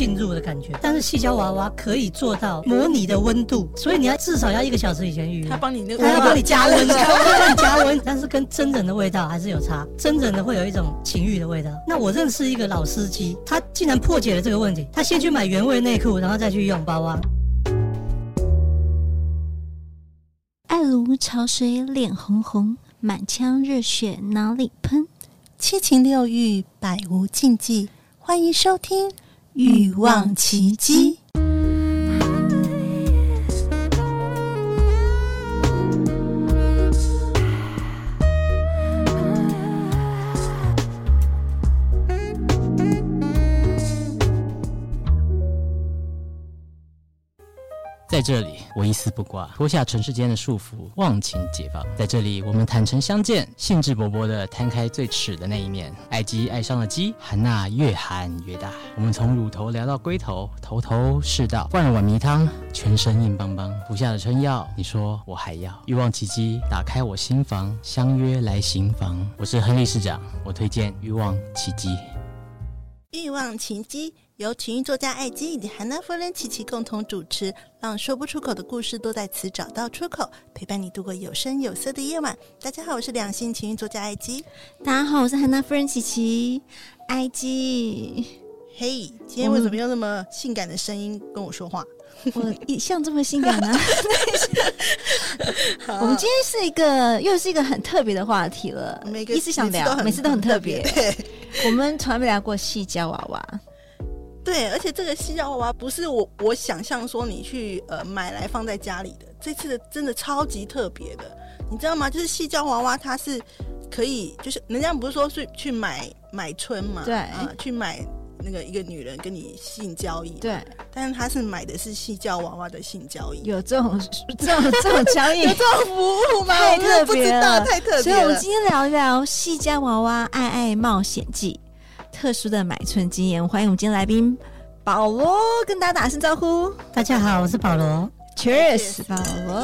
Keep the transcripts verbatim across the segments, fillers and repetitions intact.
进入的感觉。但是矽胶娃娃可以做到模拟的温度，所以你要至少要一个小时以前预约， 他帮你那个， 他要帮你加温，他要帮你加温，但是跟真人的味道还是有差，真人的会有一种情欲的味道。那我认识一个老司机，他竟然破解了这个问题，他先去买原味内裤，然后再去用包啊。 爱如潮水脸红红，满腔热血哪里喷， 七情六欲百无禁忌，欢迎收听《欲望奇迹》。 在这里我一丝不挂，脱下尘世间的束缚，忘情解放。在这里我们坦诚相见，兴致勃勃地摊开最耻的那一面。爱鸡爱上了鸡，含娜越含越大。我们从乳头聊到龟头，头头是道。灌了碗迷汤，全身硬邦邦。服下了春药，你说我还要。欲望奇迹，打开我心房，相约来行房。我是亨利市长，我推荐欲望奇迹。 欲望奇迹由情欲作家艾姬以及韩娜夫人琪琪共同主持，让说不出口的故事都在此找到出口，陪伴你度过有声有色的夜晚。大家好，我是两性情欲作家艾姬。 大家好，我是韩娜夫人琪琪。艾姬， 嘿、hey, 今天为什么用那么性感的声音跟我说话？ 我一向这么性感啊我们今天是一个又是一个很特别的话题了， 每个一直想聊，每次都很特别。我们从来没聊过矽胶娃娃。 对，而且这个矽胶娃娃不是我我想象说你去呃买来放在家里的，这次的真的超级特别的，你知道吗？就是矽胶娃娃它是可以，就是人家不是说是去买买春嘛， 对啊、呃，去买那个一个女人跟你性交易， 对， 但是他是买的是矽胶娃娃的性交易， 有这种这种这种交易， 有这种服务吗？ 太特别了， 不知道，太特别了。 所以我们今天聊一聊矽胶娃娃爱爱冒险记，特殊的买春经验。欢迎我们今天来宾保罗，跟大家打声招呼。 大家好，我是保罗。 Cheers， 保罗。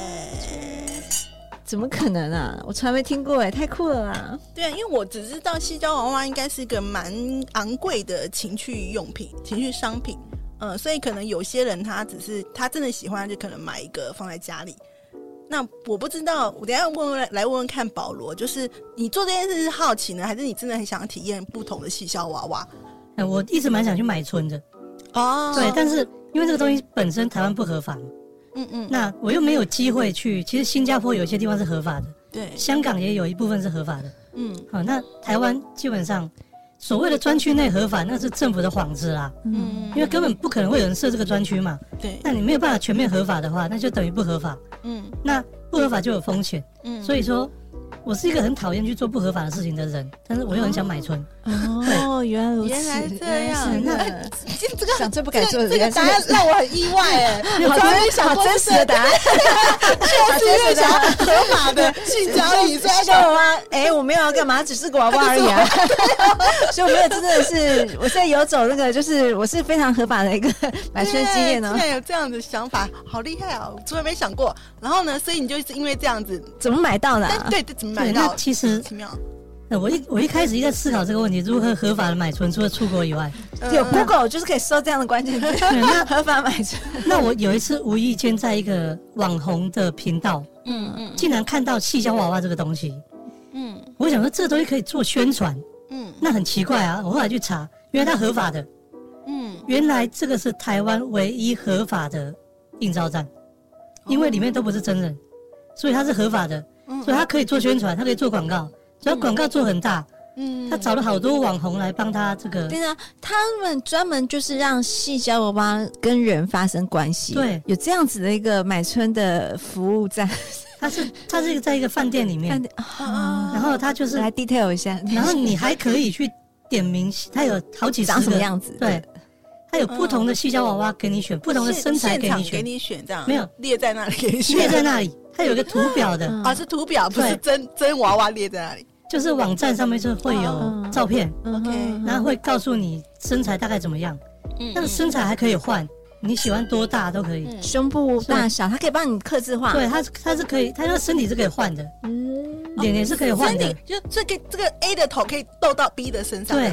怎么可能啊？我从来没听过哎，太酷了啦！ 对啊，因为我只知道矽胶娃娃应该是一个蛮昂贵的情趣用品、情趣商品，嗯，所以可能有些人他只是他真的喜欢，就可能买一个放在家里。那我不知道，我等一下问问来问问看保罗，就是你做这件事是好奇呢，还是你真的很想体验不同的矽胶娃娃？ 呃、我一直蛮想去买春的哦， 对，但是因为这个东西本身台湾不合法嘛。 嗯嗯， 那我又没有机会去，其实新加坡有些地方是合法的， 对， 香港也有一部分是合法的， 嗯， 好，那台湾基本上所谓的专区内合法，那是政府的幌子啦，嗯，因为根本不可能会有人设这个专区嘛， 对， 那你没有办法全面合法的话，那就等于不合法，嗯，那不合法就有风险，嗯，所以说我是一个很讨厌去做不合法的事情的人，但是我又很想买春。 哦，原来如此， 原来这样。 那这个想最不该做的这个答案让我很意外哎，我从来没想过真实的答案， 就是因为想要合法的性交易，所以娃娃，哎，我没有要干嘛，只是个娃娃而已啊。所以我没有真的是，我现在游走那个，就是我是非常合法的一个买春经验哦。 竟然有这样的想法，好厉害啊！我从来没想过。然后呢，所以你就是因为这样子， 怎么买到的？ 对对，怎么买到？ 其实奇妙。 我一我一开始一直在思考这个问题，如何合法的买春，除了出国以外， 有 Google 就是可以搜这样的关键字，那合法买春。 那我有一次无意间在一个网红的频道，嗯嗯，竟然看到矽胶娃娃这个东西，嗯，我想说这个东西可以做宣传，嗯，那很奇怪啊，我后来去查，原来它合法的，嗯，原来这个是台湾唯一合法的应召站，因为里面都不是真人，所以它是合法的，所以它可以做宣传，它可以做广告。所以广告做很大，嗯，他找了好多网红来帮他这个。 对啊，他们专门就是让矽胶娃娃跟人发生关系，对，有这样子的一个买春的服务站。 他是他是在一个饭店里面，啊、然后他就是来 detail 一下， 然后你还可以去点名，他有好几十个长什么样子， 对。它有不同的矽胶娃娃给你选，不同的身材给你选， 给你选这样没有列在那里给你选， 列在那里，它有一个图表的啊，是图表，不是真真娃娃列在那里。 就是网站上面就会有照片 ，OK， 然后会告诉你身材大概怎么样，那个身材还可以换，你喜欢多大都可以， 胸部大小它可以帮你客制化， 对，它它是可以，它那个身体是可以换的，脸也是可以换的， 就这个这个 A 的头可以斗到 B 的身上， 对。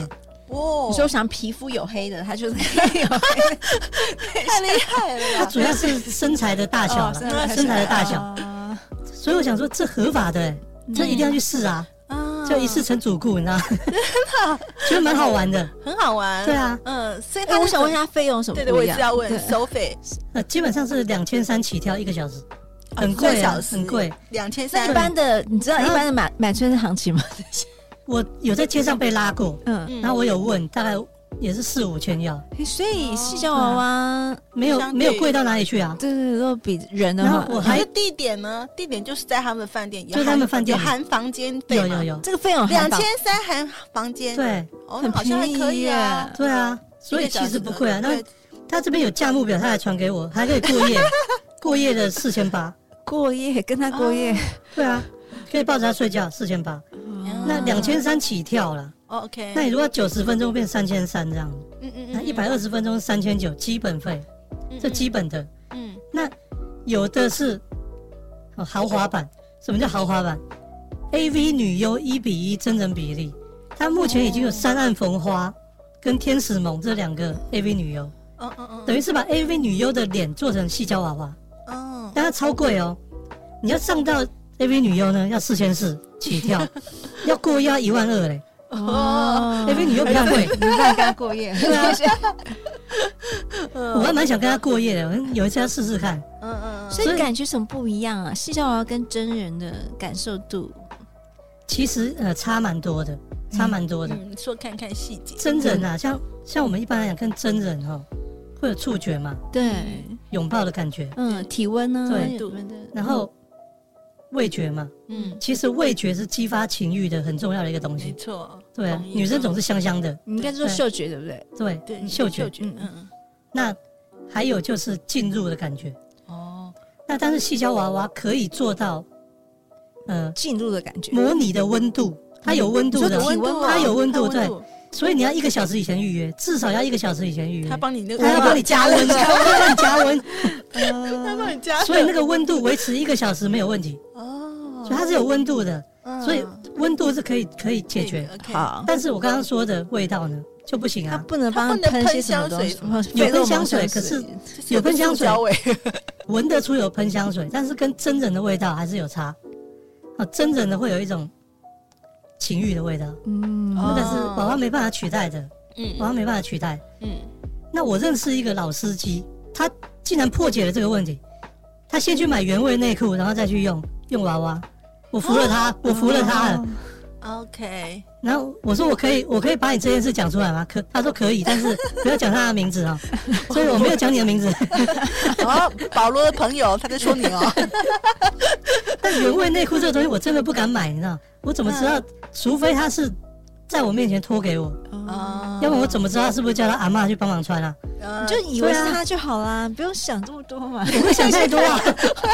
哦， 你说想皮肤有黑的，它就是可以有黑的， 太厉害了它主要是身材的大小了， 哦身材的大小， 啊所以我想说这合法的、欸，这一定要去试啊。就一试成主顾，你知道吗？觉得蛮好玩的， 很好玩。 对啊， 嗯，所以哎，我想问一下费用什么对对，我不一样？ 也是要问收费。 呃，基本上是两千三起跳一个小时，很贵啊，很贵， 两千三。 那一般的，你知道一般的买买春的行情吗？ 我有在街上被拉过， 嗯， 然后我有问，大概也是四五千要， 所以细胶娃娃没有没有贵到哪里去啊？ 对对，如果比人的话， 然后我还可是地点呢？地点就是在他们饭店， 就他们饭店有含房间费吗， 有有有， 这个费用两千三含房间， 对， 哦，那好像还可以啊， 对啊，所以其实不贵啊。那他这边有价目表，他还传给我，还可以过夜，过夜的四千八， 过夜跟他过夜， 对啊，可以抱着他睡觉，四千八，那两千三起跳了。 OK， 那你如果九十分钟变三千三这样， 嗯嗯， 那一百二十分钟三千九基本费，这基本的。嗯，那有的是豪华版。什么叫豪华版 ？A V 女优一比一真人比例，它目前已经有三岸逢花跟天使萌这两个 A V 女优， 嗯嗯嗯， 等于是把 A V 女优的脸做成矽胶娃娃，哦，但它超贵哦，你要上到 A V 女优呢要四千四起跳，要过要一万二嘞。哦 ，A V 女优比较贵， 你不敢跟他过夜？ 对啊，我还蛮想跟他过夜的，有一次要试试看。 嗯嗯，所以感觉什么不一样啊？细胶娃娃跟真人的感受度， 其实呃差蛮多的，差蛮多的。 嗯，说看看细节。 真人啊，像像我们一般来讲，跟真人哈、哦、会有触觉嘛， 对， 拥抱的感觉， 嗯，体温呢， 对，然后。味觉嘛，嗯，其实味觉是激发情欲的很重要的一个东西， 没错， 对啊，女生总是香香的， 你应该说嗅觉对不对？ 对对，嗅觉，嗯嗯。那还有就是进入的感觉，哦。那但是矽胶娃娃可以做到， 呃，进入的感觉， 模拟的温度，它有温度的， 体温， 它有温度，对。所以你要一个小时以前预约，至少要一个小时以前预约。 他帮你那个， 他要帮你加温，他帮你加温， 他帮你加温。 所以那个温度维持一个小时没有问题。哦，所以它是有温度的，所以温度是可以可以解决。 好， 但是我刚刚说的味道呢就不行啊。 它不能帮他喷些什么东西， 有喷香水，可是有喷香水，闻得出有喷香水，但是跟真人的味道还是有差。啊，真人的会有一种情欲的味道，嗯，那个是娃娃没办法取代的，嗯，娃娃没办法取代，嗯。那我认识一个老司机，他竟然破解了这个问题，他先去买原味内裤，然后再去用用娃娃，我服了他，哦、我服了他了。 OK， 然后我说我可以，我可以把你这件事讲出来吗？可他说可以，但是不要讲他的名字啊、哦，所以我没有讲你的名字。 哦，保罗的朋友他在说你哦。 但原味内裤这个东西我真的不敢买，你知道？我怎么知道？嗯、除非他是在我面前脱给我，哦，要不然我怎么知道他是不是叫他阿嬷去帮忙穿啊？ 你就以为是他就好啦，不用想这么多嘛。 不会想太多啊。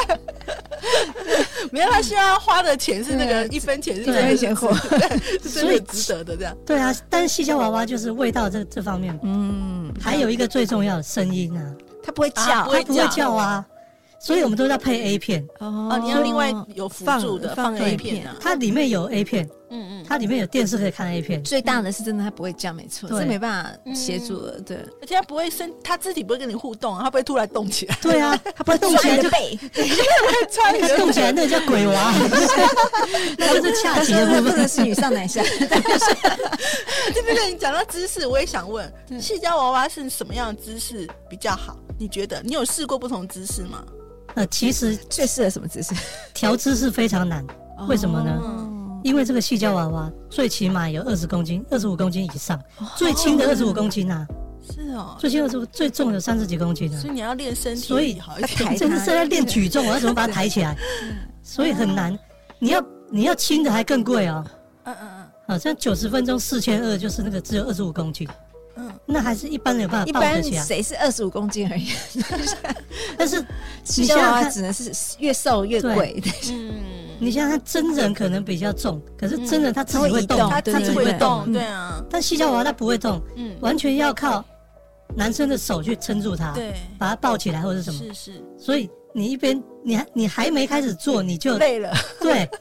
没有，他希望花的钱是那个一分钱是真的钱货，是真的值得的这样。 对啊，但是矽胶娃娃就是味道这这方面，嗯，还有一个最重要的声音啊， 它不会叫， 它不会叫啊。所以我们都要配 A 片哦，你要另外有辅助的放 A 片啊， 它里面有 A 片，嗯嗯，它里面有电视可以看 A 片。 最大的是真的，它不会叫，没错，这没办法协助了，对。 而且它不会生，它肢体不会跟你互动，它不会突然动起来。 对啊，它不会动起来就背， 它动起来那个叫鬼娃，那个是恰吉的部分， 不能是女上男下。 这边你讲到姿势，我也想问，矽胶娃娃是什么样的姿势比较好？你觉得你有试过不同姿势吗？ 呃，其实最适合什么姿势？ 调姿势非常难，为什么呢？哦、因为这个矽胶娃娃最起码有二十公斤、二十五公斤以上，哦、最轻的二十五公斤啊。 是哦， 最轻二十五，最重有三十几公斤啊。 所以你要练身体， 所以好一点， 真的是在练举重，我要怎么把它抬起来？所以很难。你要你要轻的还更贵哦。嗯嗯嗯。好像九十分钟四千二，就是那个只有二十五公斤。嗯，那还是一般人有办法抱得起来。 谁是二十五公斤而已？ 但是你想想看，只能是越瘦越贵。 嗯，你想想看，真人可能比较重，可是真人他自己会动， 他自己会动， 对啊。 但矽胶娃娃他不会动，嗯，完全要靠男生的手去撑住他， 对， 把他抱起来或者什么。 是是。 所以你一边你还你还没开始做，你就累了， 对。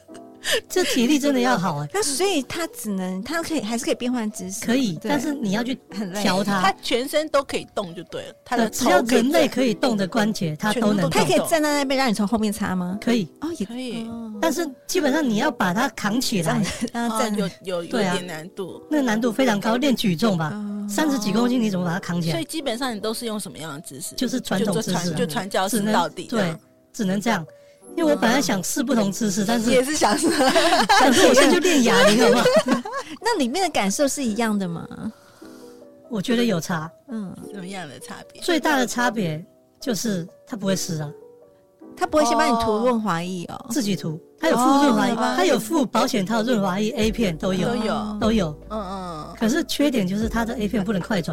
这体力真的要好哎、欸。 那所以他只能，他可以还是可以变换姿势， 可以，但是你要去调它， 他全身都可以动就对了。他的只要人类可以动的关节，它都能动。 他可以站在那边让你从后面插吗？ 可以哦，也可以， 但是基本上你要把它扛起来， 让它站有有有点难度， 那个难度非常高，练举重吧，三十几公斤你怎么把它扛起来？ 所以基本上你都是用什么样的姿势？ 就是传统姿势， 就传教士到底， 对，只能这样。因为我本来想试不同姿势，但是也是想试， 但是我现在就练哑铃好不好？ 那里面的感受是一样的吗？ 我觉得有差， 嗯，什么样的差别？ 最大的差别就是它不会湿啊， 它不会先帮你涂润滑液哦， 自己涂。它有附润滑液，它有附保险套、润滑液、A 片都有， 都有， 都有。 嗯嗯。 可是缺点就是它的 A 片不能快转。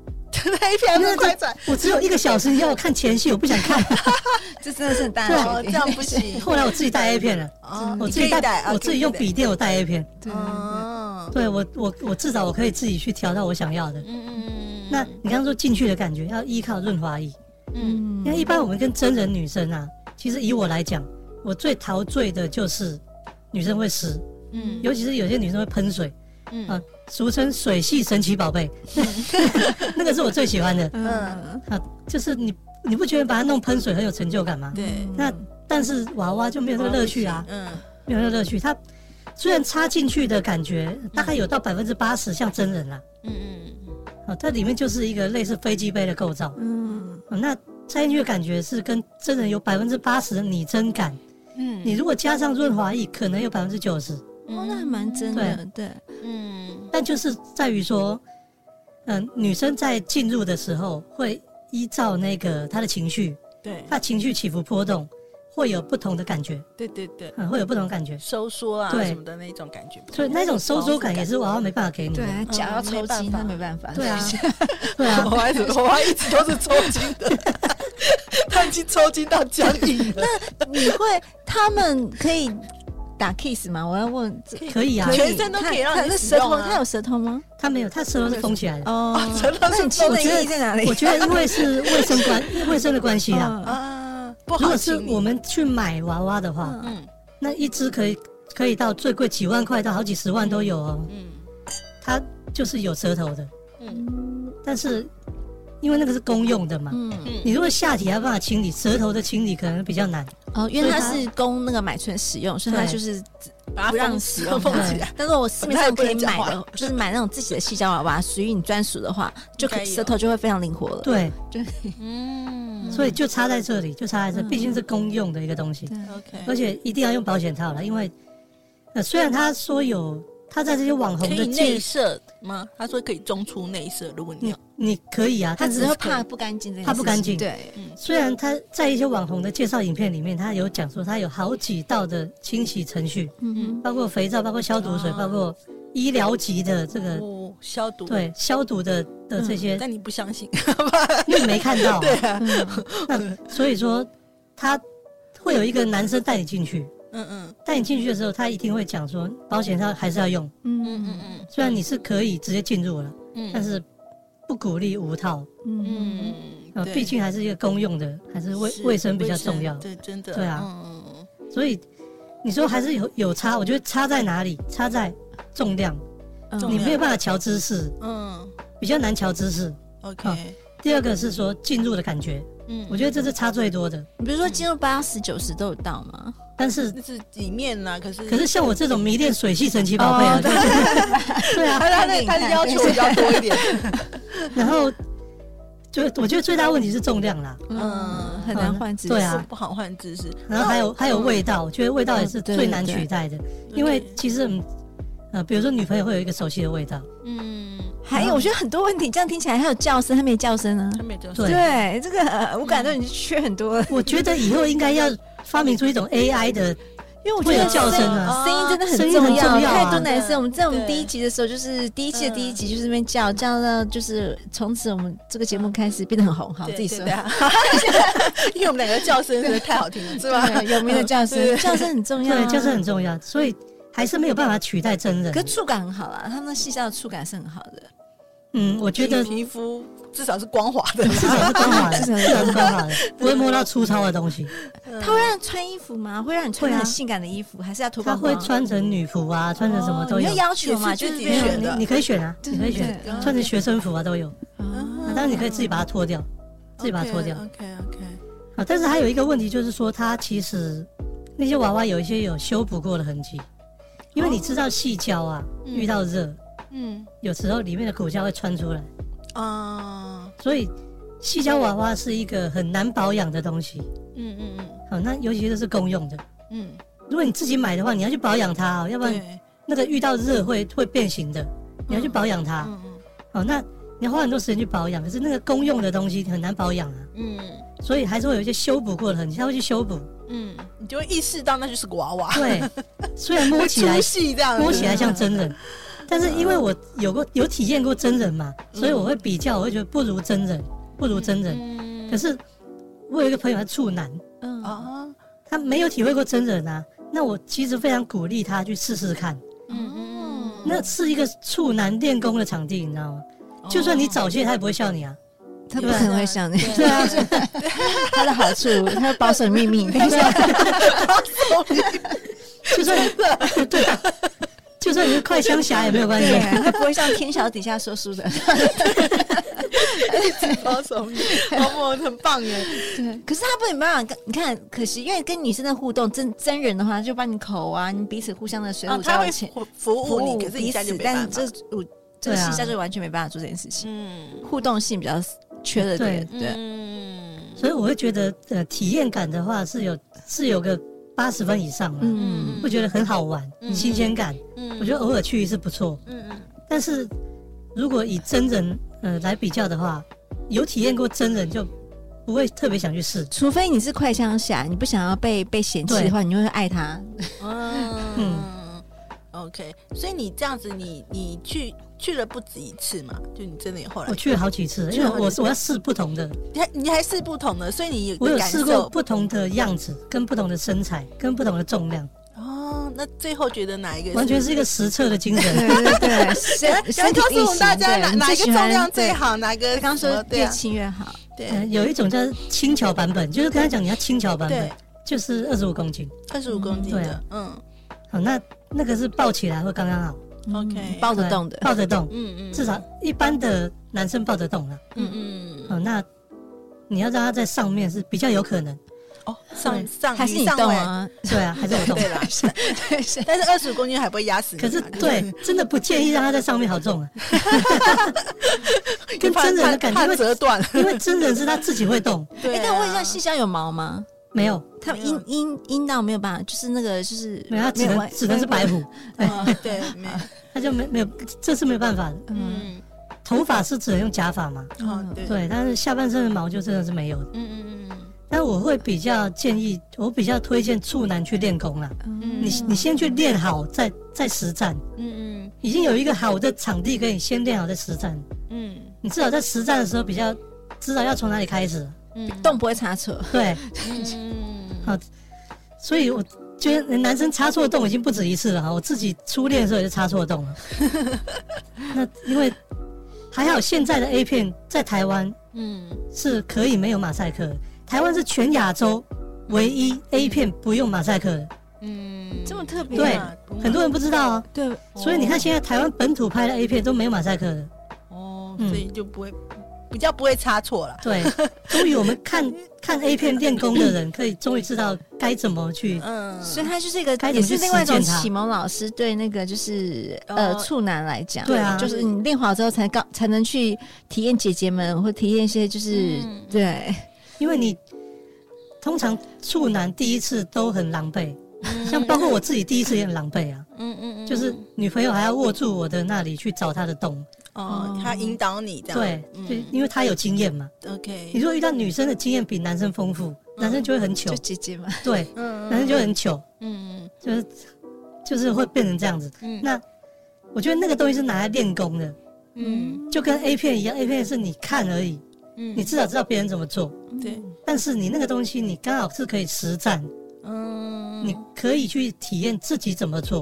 A 片不能快转， 我只有一个小时，你要我看前戏，我不想看。 这真的是很大的缺点， 这样不行。 后来我自己带 A 片了， 哦、 我自己带，我自己用笔电，我带 A 片。 对， 对我我我至少我可以自己去调到我想要的。嗯嗯。那你刚刚说进去的感觉要依靠润滑液。嗯。因为一般我们跟真人女生啊，其实以我来讲，我最陶醉的就是女生会湿，嗯，尤其是有些女生会喷水。嗯啊，俗称水系神奇宝贝，那个是我最喜欢的。嗯啊，就是你你不觉得把它弄喷水很有成就感吗？ 对。 那但是娃娃就没有这个乐趣啊，嗯，没有那个乐趣。它虽然插进去的感觉大概有到百分之八十像真人啦，嗯嗯啊，它里面就是一个类似飞机杯的构造，嗯，啊、那插进去的感觉是跟真人有百分之八十的拟真感，嗯，你如果加上润滑液，可能有百分之九十。 哦，那还蛮真的，对，对嗯，但就是在于说，嗯、呃，女生在进入的时候会依照那个她的情绪， 对， 她情绪起伏波动，会有不同的感觉， 对对对， 嗯，会有不同的感觉， 收缩啊什么的那种感觉， 所以那种收缩感也是娃娃没办法给你的， 对，脚要抽筋，那没办法， 对啊，对啊， 娃娃一直娃娃一直都是抽筋的。他已经抽筋到僵硬了。 那你会，他们可以打 kiss 吗？我要问， 可以啊， 全身都可以让你使用、啊。 他有舌头吗？ 他没有，他舌头是封起来的。 哦， 舌头是封起来在哪里？ 我觉得因为是卫生关卫生的关系啊。 啊，不好。 如果是我们去买娃娃的话，嗯，那一只可以可以到最贵几万块到好几十万都有哦。嗯，它就是有舌头的。嗯，但是。因为那个是公用的嘛，嗯，你如果下体还办法清理，舌头的清理可能比较难哦，因为它是供那个买春使用，所以它就是不让使用封起来。 但是我市面上可以买的，就是买那种自己的细胶娃娃，属于你专属的话，就可舌头就会非常灵活了。 对， 就嗯，所以就差在这里，就差在这，毕竟是公用的一个东西。 OK， 而且一定要用保险套了，因为呃，虽然他说有。他在这些网红的内射吗？他说可以中出内射，如果你要， 你可以啊， 他只是怕不干净， 怕不干净。 对， 嗯，虽然他在一些网红的介绍影片里面，他有讲说他有好几道的清洗程序，嗯，包括肥皂，包括消毒水，包括医疗级的这个消毒， 对消毒的的这些。 但你不相信， 因为你没看到。 对啊， 那所以说他会有一个男生带你进去。嗯嗯，带你进去的时候，他一定会讲说，保险套还是要用。嗯嗯嗯嗯，虽然你是可以直接进入了，嗯，但是不鼓励无套。嗯嗯，呃，毕竟还是一个公用的，还是卫卫生比较重要。 对，真的。 对啊，嗯，所以你说还是有有差，我觉得差在哪里？差在重量，你没有办法调姿势，嗯，比较难调姿势。 OK。 第二个是说进入的感觉，嗯，我觉得这是差最多的。 你比如说进入八十九十都有到吗？ 但是那是里面呢，可是可是像我这种迷恋水系神奇宝贝啊，对啊， 他他的他的要求比较多一点。 然后就我觉得最大问题是重量啦， 嗯，很难换姿势， 对啊， 不好换姿势。 然后还有还有味道，我觉得味道也是最难取代的，因为其实呃，比如说女朋友会有一个熟悉的味道，嗯。 还有，我觉得很多问题，这样听起来还有叫声，他没叫声呢， 他没叫声。 对，这个、呃、我感觉你缺很多。 我觉得以后应该要发明出一种 A I 的， 因为我觉得叫声啊， 声音真的很重要。太多男生，我们在我们第一集的时候，就是第一期的第一集，就是那边叫叫到，就是从此我们这个节目开始变得很红。好，自己说。 因为我们两个叫声真的太好听了，是吧？ 有名的叫声，叫声很重要， 对，叫声很重要，所以还是没有办法取代真人。 可是触感很好啦，他们细胶的触感是很好的。 嗯，我觉得皮肤至少是光滑的， 至少是光滑的，至少是光滑的，不会摸到粗糙的东西。 他会让你穿衣服吗？会让你穿很性感的衣服，还是要脱光光？ 他会穿成女服啊，穿成什么都有。 你会要求嘛？就是你你可以选啊，你可以选穿成学生服啊都有。当然你可以自己把它脱掉，自己把它脱掉。 OK OK。 啊，但是还有一个问题就是说，它其实那些娃娃有一些有修补过的痕迹，因为你知道矽胶啊，遇到热，嗯，有时候里面的骨胶会穿出来啊，所以矽胶娃娃是一个很难保养的东西。嗯嗯嗯。好，那尤其是公用的，嗯，如果你自己买的话，你要去保养它哦，要不然那个遇到热会会变形的，你要去保养它。嗯嗯。好，那你要花很多时间去保养，可是那个公用的东西很难保养啊。嗯。所以还是会有一些修补过的痕迹，他会去修补。嗯， 你就会意识到那就是个娃娃。 对，虽然摸起来摸起来像真人，但是因为我有过有体验过真人嘛，所以我会比较，我会觉得不如真人，不如真人。嗯、可是我有一个朋友他处男，嗯啊，他没有体会过真人啊，那我其实非常鼓励他去试试看。嗯嗯，那是一个处男练功的场地，你知道吗？就算你早泄，他也不会笑你啊。 他不可能会像你， 对啊， 他的好处，他要保守秘密，保守秘密，就算对，就算你是快枪侠也没有关系， 他不会像天桥底下说书的， 保守秘密，哦，很棒耶。 对，可是他不没办法，你看，可惜，因为跟女生的互动，真真人的话，就帮你口啊，你彼此互相的水乳交融， 服务你，可是彼此，但这我这个戏下就完全没办法做这件事情，嗯，互动性比较缺了点，对，嗯， 所以我会觉得，呃，体验感的话是有是有个八十分以上了，嗯，会觉得很好玩，嗯、新鲜感，嗯，我觉得偶尔去一次不错，嗯嗯，但是如果以真人呃来比较的话，有体验过真人就不会特别想去试， 除非你是快枪侠，你不想要被被嫌弃的话，你就会爱他， 嗯。OK， 所以你这样子你，你你去去了不止一次嘛？就你真的后来我去了好几次，因为我我要试不同的， 你还你还试不同的，所以你有我有试过不同的样子，跟不同的身材，跟不同的重量。 哦，那最后觉得哪一个是完全是一个实测的精神？ 对对对， 想告诉我们大家哪哪一个重量最好，哪个刚说越轻越好。 对，呃、有一种叫轻巧版本，就是刚才讲你要轻巧版本，就是二十五公斤， 二十五公斤的，嗯， 好那。那个是抱起来会刚刚好 ，OK， 抱得动的， 抱得动，嗯嗯，至少一般的男生抱得动了，嗯嗯，好，那你要让他在上面是比较有可能， 哦，上上还是你动啊？ 对啊，还是我动， 对啦，对，但是二十五公斤还不会压死你， 可是对，真的不建议让他在上面好重啊，跟真人的感觉会折断， 因为真人是他自己会动， 对，但问一下，矽胶有毛吗？ 没有， 他们阴阴阴道没有办法，就是那个就是没有，它只能只能是白虎， 对，没有， 他就没没有，这是没有办法的。嗯，头发是只能用假发嘛， 哦对， 对，但是下半身的毛就真的是没有的。嗯嗯嗯。但我会比较建议，我比较推荐处男去练功啦。嗯，你你先去练好，再再实战。嗯嗯。已经有一个好的场地可以先练好再实战。嗯，你至少在实战的时候比较知道要从哪里开始。 嗯，动不会差错， 对，嗯，好，所以我觉得男生插错洞已经不止一次了哈。我自己初恋的时候也就插错洞了。那因为还好现在的 A 片在台湾，嗯，是可以没有马赛克的。台湾是全亚洲唯一 A 片不用马赛克的。 嗯，这么特别， 对，很多人不知道啊。 对， 所以你看现在台湾本土拍的 A 片都没有马赛克的。 哦，所以就不会。比较不会差错了， 对，终于我们看看 A 片练功的人，可以终于知道该怎么去， 嗯，所以他就是一个，也是另外一种启蒙老师对那个就是呃处男来讲， 对啊， 就是你练好之后才告才能去体验姐姐们或体验一些就是对， 因为你通常处男第一次都很狼狈，像包括我自己第一次也很狼狈啊，嗯嗯，就是女朋友还要握住我的那里去找她的洞。 哦，他引导你这样， 对，就因为他有经验嘛。 OK， 你如果遇到女生的经验比男生丰富，男生就会很糗， 就姐姐嘛。 对，男生就会很糗，嗯，就是就是会变成这样子。那我觉得那个东西是拿来练功的，嗯，就跟 A 片一样 ，A 片是你看而已，嗯，你至少知道别人怎么做， 对。 但是你那个东西，你刚好是可以实战，嗯，你可以去体验自己怎么做。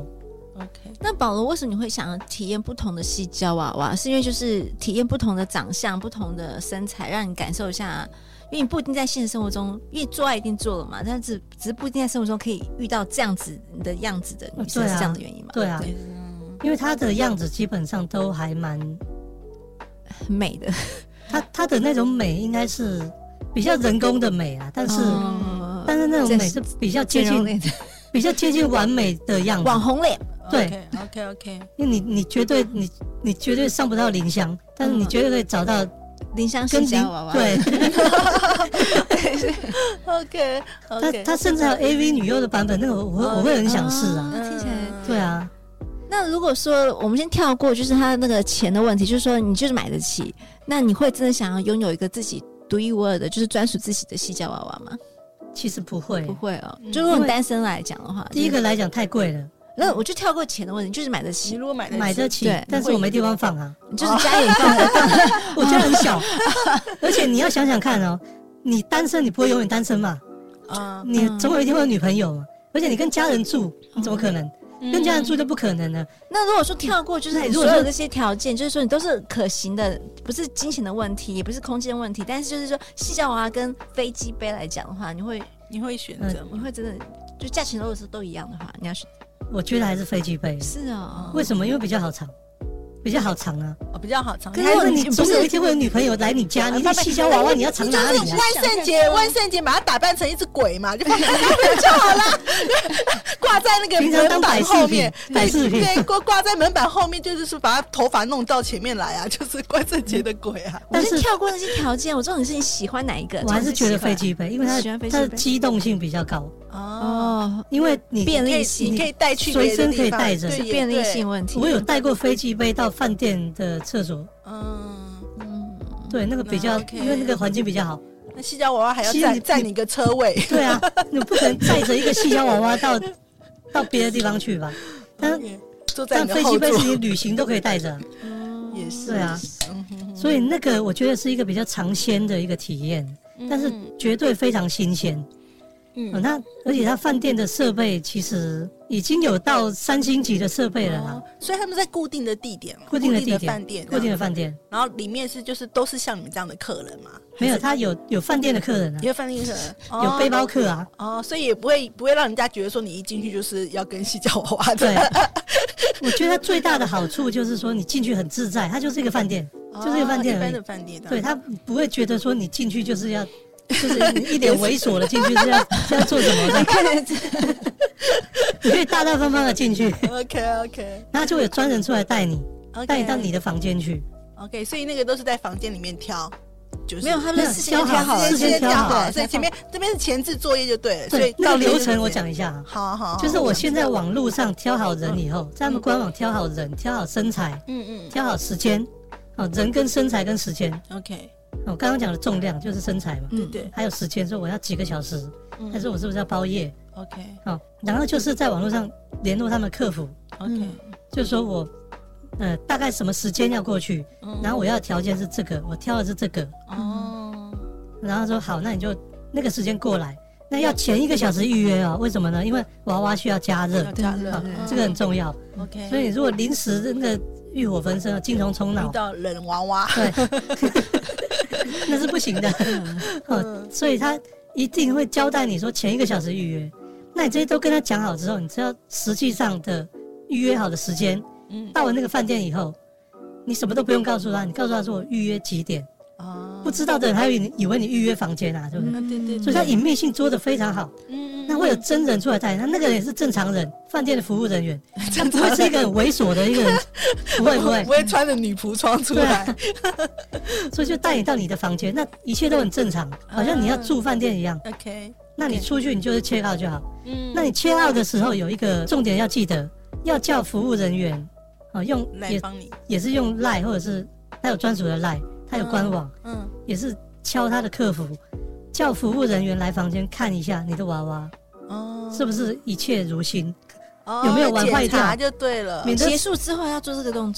OK， 那保罗为什么你会想要体验不同的矽胶娃娃？是因为就是体验不同的长相、不同的身材，让你感受一下。因为你不一定在现实生活中，因为做爱一定做了嘛，但是只是不一定在生活中可以遇到这样子的样子的女生， 对啊、 是这样的原因吗？ 对啊，对因为她的样子基本上都还蛮美的， 她她的那种美应该是比较人工的美啊，但是、哦、但是那种美是比较接近比较接近完美的样子， 网红脸。 对 ，OK OK， 因为你你绝对你你绝对上不到林香，但是你绝对可以找到。 林香矽胶娃娃， 对 ，OK， 他他甚至还有 A V 女优的版本，那个我我, 我会很想试啊， 听起来对啊。 那如果说我们先跳过，就是他那个钱的问题，就是说你就是买得起，那你会真的想要拥有一个自己独一无二的，就是专属自己的矽胶娃娃吗？ 其实不会， 不会哦。就如果你单身来讲的话， 第一个来讲太贵了。 那我就跳过钱的问题，就是买得起。 你如果买得起， 买得起，对，但是我没地方放啊。 你就是家里放的， 我家很小，而且你要想想看哦，你单身，你不会永远单身嘛？啊，你总有一天会有女朋友嘛。而且你跟家人住，你怎么可能？跟家人住就不可能了。 那如果说跳过，就是你所有这些条件，就是说你都是可行的，不是金钱的问题，也不是空间问题，但是就是说矽胶娃娃跟飞机杯来讲的话，你会你会选择吗？ 你会真的就价钱如果是都一样的话，你要选？ 我觉得还是飞机杯。 是啊、 哦，为什么？因为比较好藏，比较好藏啊。 哦，比较好藏。 可是你总有一天会有女朋友来你家，你的矽胶娃娃你要藏哪里啊？ 万圣节，万圣节把它打扮成一只鬼嘛，就放在那边就好了，挂在那个门板后面， 摆饰品， 对，挂挂在门板后面，就是说把它头发弄到前面来啊，就是万圣节的鬼啊。 我是跳过那些条件，我重点是你喜欢哪一个？ 我还是觉得飞机杯，因为它它的机动性比较高。哦，因为你便利性， 你可以带去随身可以带着， 是便利性问题。 我有带过飞机杯到饭店的厕所，嗯嗯，对，那个比较，因为那个环境比较好。 那矽胶娃娃还要占占你个车位， 对啊，你不可能载着一个矽胶娃娃到到别的地方去吧？但但飞机杯是你旅行都可以带着， 也是， 对啊，所以那个我觉得是一个比较尝鲜的一个体验，但是绝对非常新鲜。嗯，哦、那而且它饭店的设备其实已经有到三星级的设备了啦、哦， 所以他们在固定的地点， 固定的地点饭店， 固定的饭店， 然后里面是就是都是像你们这样的客人嘛？ 没有，他有有饭店的客人啊， 有饭店客人， 哦、有背包客啊， 哦，所以也不会不会让人家觉得说你一进去就是要跟矽胶娃娃的。 对，我觉得它最大的好处就是说你进去很自在，它就是一个饭店，哦、就是一个饭店而已， 一般的饭店， 对，他不会觉得说你进去就是要。就是一脸猥琐的进去是要是要做什么的？你可以大大方方的进去。 OK OK， 然后就会有专人出来带你，带你到你的房间去。 OK， 所以那个都是在房间里面挑，就是没有他们事先挑好， 事先挑好， 所以前面这边是前置作业就对了。所以那个流程我讲一下。 好好， 就是我先在网络上挑好人以后，在他们官网挑好人，挑好身材，嗯嗯，挑好时间，哦，人跟身材跟时间。 OK。 我刚刚讲的重量就是身材嘛， 对对， 还有时间，说我要几个小时，但是我是不是要包夜 ？OK， 好，然后就是在网络上联络他们客服 ，OK， 就是说我呃大概什么时间要过去，然后我要的条件是这个，我挑的是这个，哦，然后说好，那你就那个时间过来，那要前一个小时预约哦，为什么呢？因为娃娃需要加热， 加热， 这个很重要 ，OK， 所以如果临时那个欲火焚身，精虫冲脑， 遇到冷娃娃， 对。那是不行的、哦，所以他一定会交代你说前一个小时预约。那你这些都跟他讲好之后，你知道实际上的预约好的时间，到了那个饭店以后，你什么都不用告诉他，你告诉他说我预约几点。哦，不知道的人还以以为你预约房间啊，对不对？ 嗯、对, 对, 对。 所以他隐秘性做得非常好。嗯，那会有真人出来带，他那个人也是正常人，饭店的服务人员，他不会是一个很猥琐的一个人，不会不会不会穿着女仆装出来，啊、 所以就带你到你的房间，那一切都很正常，好像你要住饭店一样。 Uh, OK， 那你出去你就是check out就好。嗯，那你check out的时候有一个重点要记得，要叫服务人员啊用来帮你， 也是用 LINE 或者是他有专属的 LINE。他有官网，嗯，嗯也是敲他的客服，叫服务人员来房间看一下你的娃娃，哦，是不是一切如新，哦、有没有玩坏掉就对了。 结束之后要做这个动作，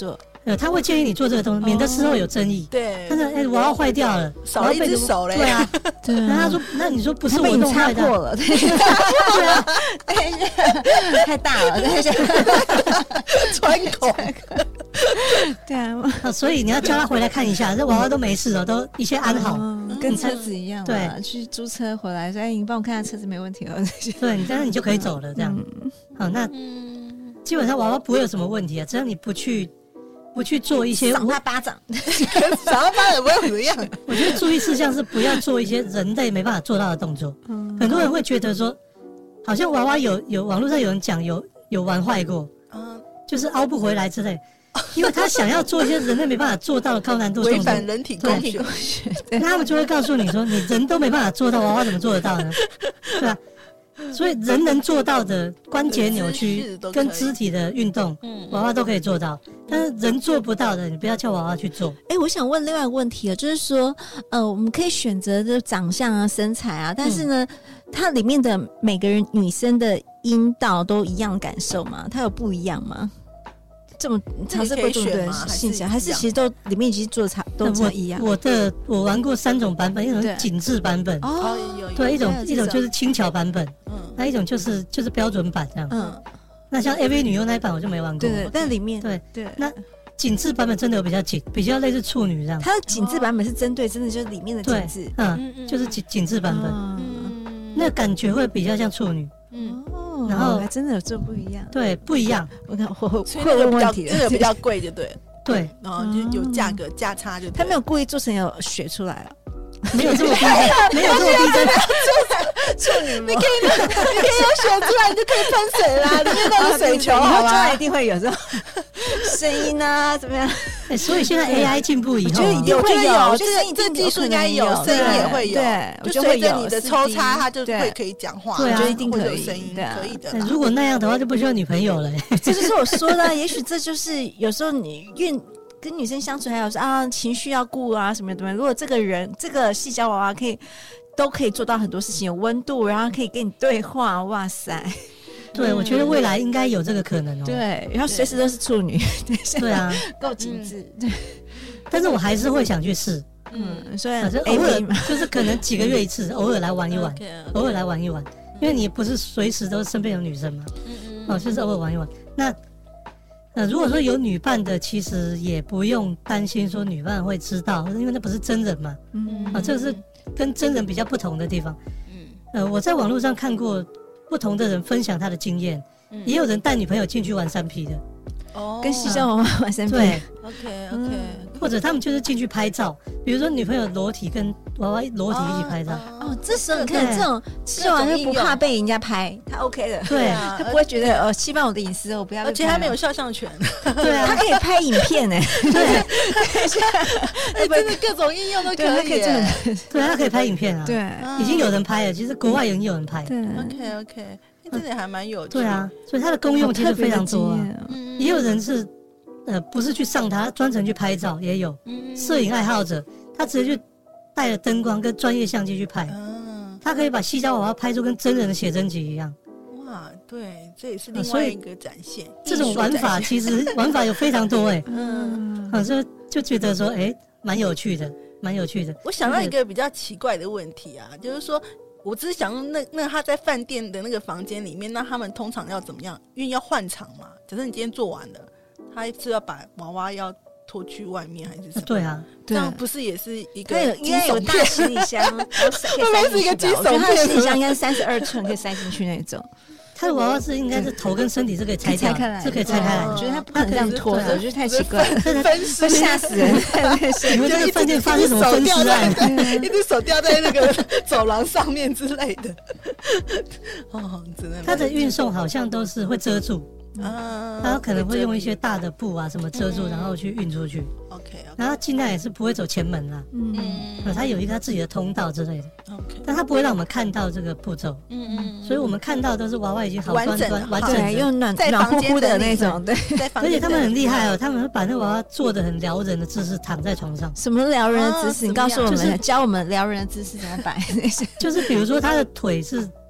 呃，他会建议你做这个东西，免得事后有争议。 对， 但是哎，娃娃坏掉了， 少了一只手嘞。 对啊， 对啊。 那他说，那你说不是我弄坏的？ 破了，对啊，太大了，等一下， 穿孔。 对啊， 所以你要叫他回来看一下，这娃娃都没事哦，都一切安好， 跟车子一样。 对， 去租车回来，说哎，你帮我看下车子没问题了。 对，你这样你就可以走了，这样。好，那基本上娃娃不会有什么问题啊，只要你不去。不去做一些赏他巴掌， 赏他巴掌不会怎么样。 我觉得注意事项是不要做一些人类没办法做到的动作。嗯、很多人会觉得说，好像娃娃有有网络上有人讲有有玩坏过，嗯，就是凹不回来之类，因为他想要做一些人类没办法做到的高难度动作， 违反人体工学， 那他们就会告诉你说，你人都没办法做到，娃娃怎么做得到呢？对吧？所以人能做到的关节扭曲跟肢体的运动，娃娃都可以做到。但是人做不到的，你不要叫娃娃去做。 哎、欸，我想问另外一个问题了，就是说，呃，我们可以选择的长相啊、身材啊，但是呢，嗯、它里面的每个人女生的阴道都一样感受吗？它有不一样吗？这么尝试过这么多性向，还是其实都里面已经做差都差一样？ 我的我玩过三种版本，一种是紧致版本， 哦， 对，一种一种就是轻巧版本，嗯，那一种就是就是标准版这样，嗯。那像 A V 女优那一版我就没玩过， 对对，但里面对对， 那紧致版本真的有比较紧，比较类似处女这样。 它的紧致版本是针对真的就是里面的紧致， 嗯，就是紧紧致版本，嗯，那感觉会比较像处女， 嗯，然后还真的有这不一样， 对，不一样。 我看我会会问问题，这个比较贵，就对， 对， 然后就有价格价差就， 他没有故意做成有血出来啊。 没有这么逼真，没有这么逼真。 处女膜， 你可以，你可以有血出来，你就可以喷水啦，里面都是水球，好吧？ 一定会有这种声音啊，怎么样？ 欸、所以现在 A I 进步以后、啊， 我觉得会有， 就是这技术应该有，声音也会有， 对， 就随着你的抽插，它就会可以讲话， 对啊， 就一定会有声音，可以的。 如果那样的话，就不需要女朋友了。 这就是我说的，也许这就是有时候你运。跟女生相处还有说啊情绪要顾啊什么什么，如果这个人这个细胶娃娃可以都可以做到很多事情，有温度，然后可以跟你对话，哇塞！ 对，嗯、我觉得未来应该有这个可能哦。 对，然后随时都是处女， 对啊， 够紧致。对， 但是我还是会想去试。 嗯，所以反正偶尔就是可能几个月一次，偶尔来玩一玩， okay, okay. 偶尔来玩一玩，因为你不是随时都身边有女生嘛，嗯嗯，哦，就是偶尔玩一玩。那呃，如果说有女伴的，其实也不用担心说女伴会知道，因为那不是真人嘛。嗯，啊，这个是跟真人比较不同的地方。嗯，呃，我在网络上看过不同的人分享他的经验，嗯、也有人带女朋友进去玩三 P 的。 哦，跟西郊娃娃玩三 P。 对 ，OK OK、嗯。 或者他们就是进去拍照，比如说女朋友裸体跟娃娃裸体一起拍照。 哦，哦这时候你看这种西郊娃娃不怕被人家拍，他 OK 的。 对啊，他不会觉得呃侵犯我的隐私，我不要。 而且他没有肖像权。 对啊， 他可以拍影片哎。 对， 哎，真的各种应用都可以。 对，他可以拍影片啊。 对， 已经有人拍了，其实国外已经有人拍。 对 ，OK OK， 真的还蛮有趣。 对啊，所以它的功用其实非常多啊。也有人是。呃，不是去上它，专程去拍照也有。摄影爱好者，他直接就带了灯光跟专业相机去拍，嗯、他可以把细胶娃娃拍出跟真人的写真集一样。 哇，对，这也是另外一个展现。呃、 这种玩法其实玩法有非常多哎、欸，嗯，好像就觉得说，哎、欸，蛮有趣的，蛮有趣的。 我想到一个比较奇怪的问题啊，就是说。我只是想那那他在饭店的那个房间里面，那他们通常要怎么样？因为要换场嘛。假设你今天做完了，他是要把娃娃要拖去外面还是什么？ 对啊， 这样不是也是一个应该有大行李箱，然后可以塞进去吧？我觉得他的行李箱应该是三十二寸，可以塞进去那种。 他的娃娃是应该是头跟身体是可以拆掉，是可以拆开来。 我觉得他不可能这样拖着，我觉得太奇怪了， 会吓死人。 你们这个饭店发生什么分尸案？ 一只手掉在那个走廊上面之类的。哦，真的。 他的运送好像都是会遮住。啊，他可能会用一些大的布啊什么遮住，然后去运出去。 OK， 然后尽量也是不会走前门啦。嗯，他有一个他自己的通道之类的。OK，但他不会让我们看到这个步骤。嗯嗯，所以我们看到都是娃娃已经好端端完整的， 用暖暖乎乎的那种。对， 而且他们很厉害哦，他们会把那个娃娃做的很撩人的姿势躺在床上。 什么撩人的姿势？你告诉我们，教我们撩人的姿势怎么摆？ 就是比如说他的腿是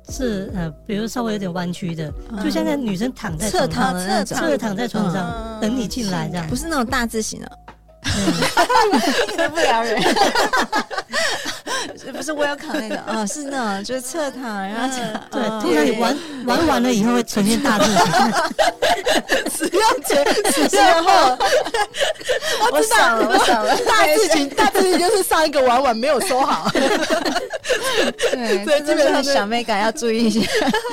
是呃，比如稍微有点弯曲的，就像那女生躺在侧躺的那种， 侧躺在床上、嗯、等你进来这样， 不是那种大字型的，一点都不撩人。不是 welcome 那个哦，是那种就是侧躺，然后、嗯、 对，通常你玩玩完了以后会呈现大字型。 使用前、使用后， 我想了，我想了， 大字型，大字型就是上一个玩完没有收好。 对，所以基本上小妹感要注意一下。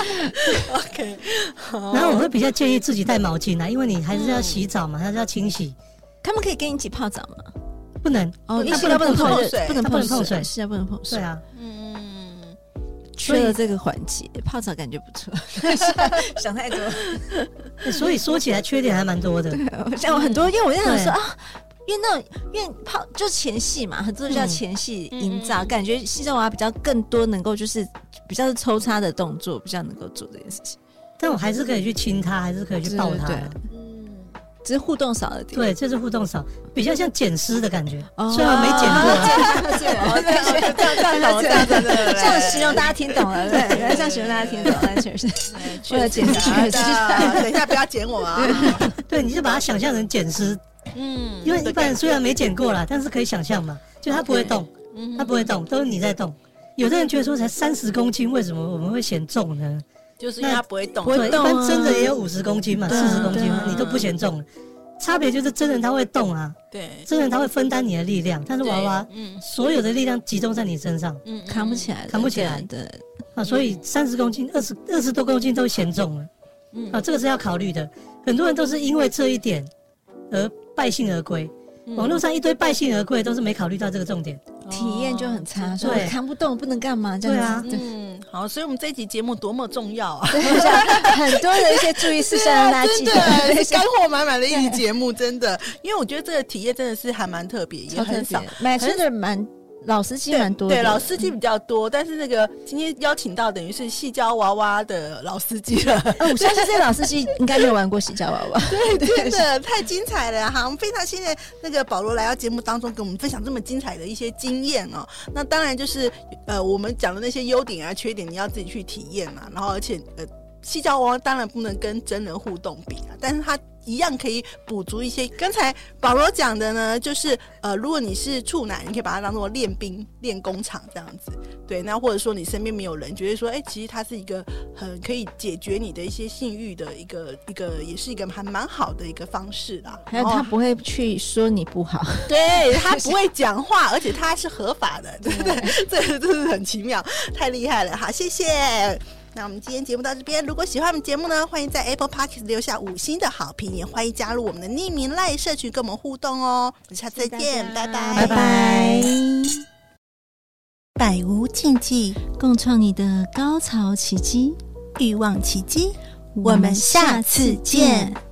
OK， 然后我会比较建议自己带毛巾啊，因为你还是要洗澡嘛，还是要清洗。 他们可以跟你一起泡澡吗？ 不能哦， 他不能碰水，不能碰碰水， 是啊，不能碰水。 对啊， 嗯，缺了这个环节，泡澡感觉不错。想太多， 所以说起来缺点还蛮多的。 像我很多，因为我在想说啊，因为那种因为泡就是前戏嘛，很多人叫前戏营造，感觉西装娃娃比较更多能够就是比较是抽插的动作，比较能够做这件事情。 但我还是可以去亲他，还是可以去抱他。 只是互动少了点， 对，这是互动少，比较像剪丝的感觉。哦、虽然我没剪过， 这样这样懂了，这样这样这样形容大家听懂了，对，这样形容大家听懂了，确实是为了剪丝。 等一下不要剪我啊！ 对，你就把它想象成剪丝，嗯，因为一般人虽然没剪过啦，但是可以想象嘛，就它不会动，它不会动，都是你在动。有的人觉得说才三十公斤，为什么我们会嫌重呢？ 就是因为它不会动， 不会动、啊。一般真人也有五十公斤嘛，四十公斤嘛，你都不嫌重了。差别就是真人他会动啊， 对， 真人他会分担你的力量，但是娃娃，嗯，所有的力量集中在你身上， 嗯，扛不起来， 扛不起来的啊，所以三十公斤、二十二十多公斤都嫌重了，嗯啊，这个是要考虑的。很多人都是因为这一点而败兴而归，网络上一堆败兴而归都是没考虑到这个重点， 体验就很差，所以扛不动不能干嘛这样子， 嗯。好，所以我们这一集节目多么重要啊！ 很多的一些注意事项让大家记得， 真的干货满满的一集节目，真的。因为我觉得这个体验真的是还蛮特别，也很少买车的蛮老司机蛮多的， 对，老司机比较多。但是那个今天邀请到等于是矽胶娃娃的老司机了。 哦，我相信这老司机应该没有玩过矽胶娃娃。 对，真的太精彩了哈！我们非常谢谢那个保罗来到节目当中，跟我们分享这么精彩的一些经验哦。那当然就是呃，我们讲的那些优点啊、缺点，你要自己去体验嘛。然后而且呃，矽胶娃娃当然不能跟真人互动比啊，但是它一样可以补足一些。刚才保罗讲的呢，就是呃，如果你是处男，你可以把它当做练兵、练工厂这样子。对，那或者说你身边没有人，觉得说，哎、欸，其实它是一个很可以解决你的一些性欲的一个一个，也是一个还蛮好的一个方式啦。 还有他不会去说你不好， 对，他不会讲话，而且他是合法的，对不对？这个真是很奇妙，太厉害了。好，谢谢。那我们今天节目到这边，如果喜欢我们节目呢，欢迎在 Apple Podcast 留下五星的好评，也欢迎加入我们的匿名赖社群跟我们互动哦。我们下次再见，拜拜， 拜拜。 百无禁忌， 共创你的高潮奇迹， 欲望奇迹。我们下次见。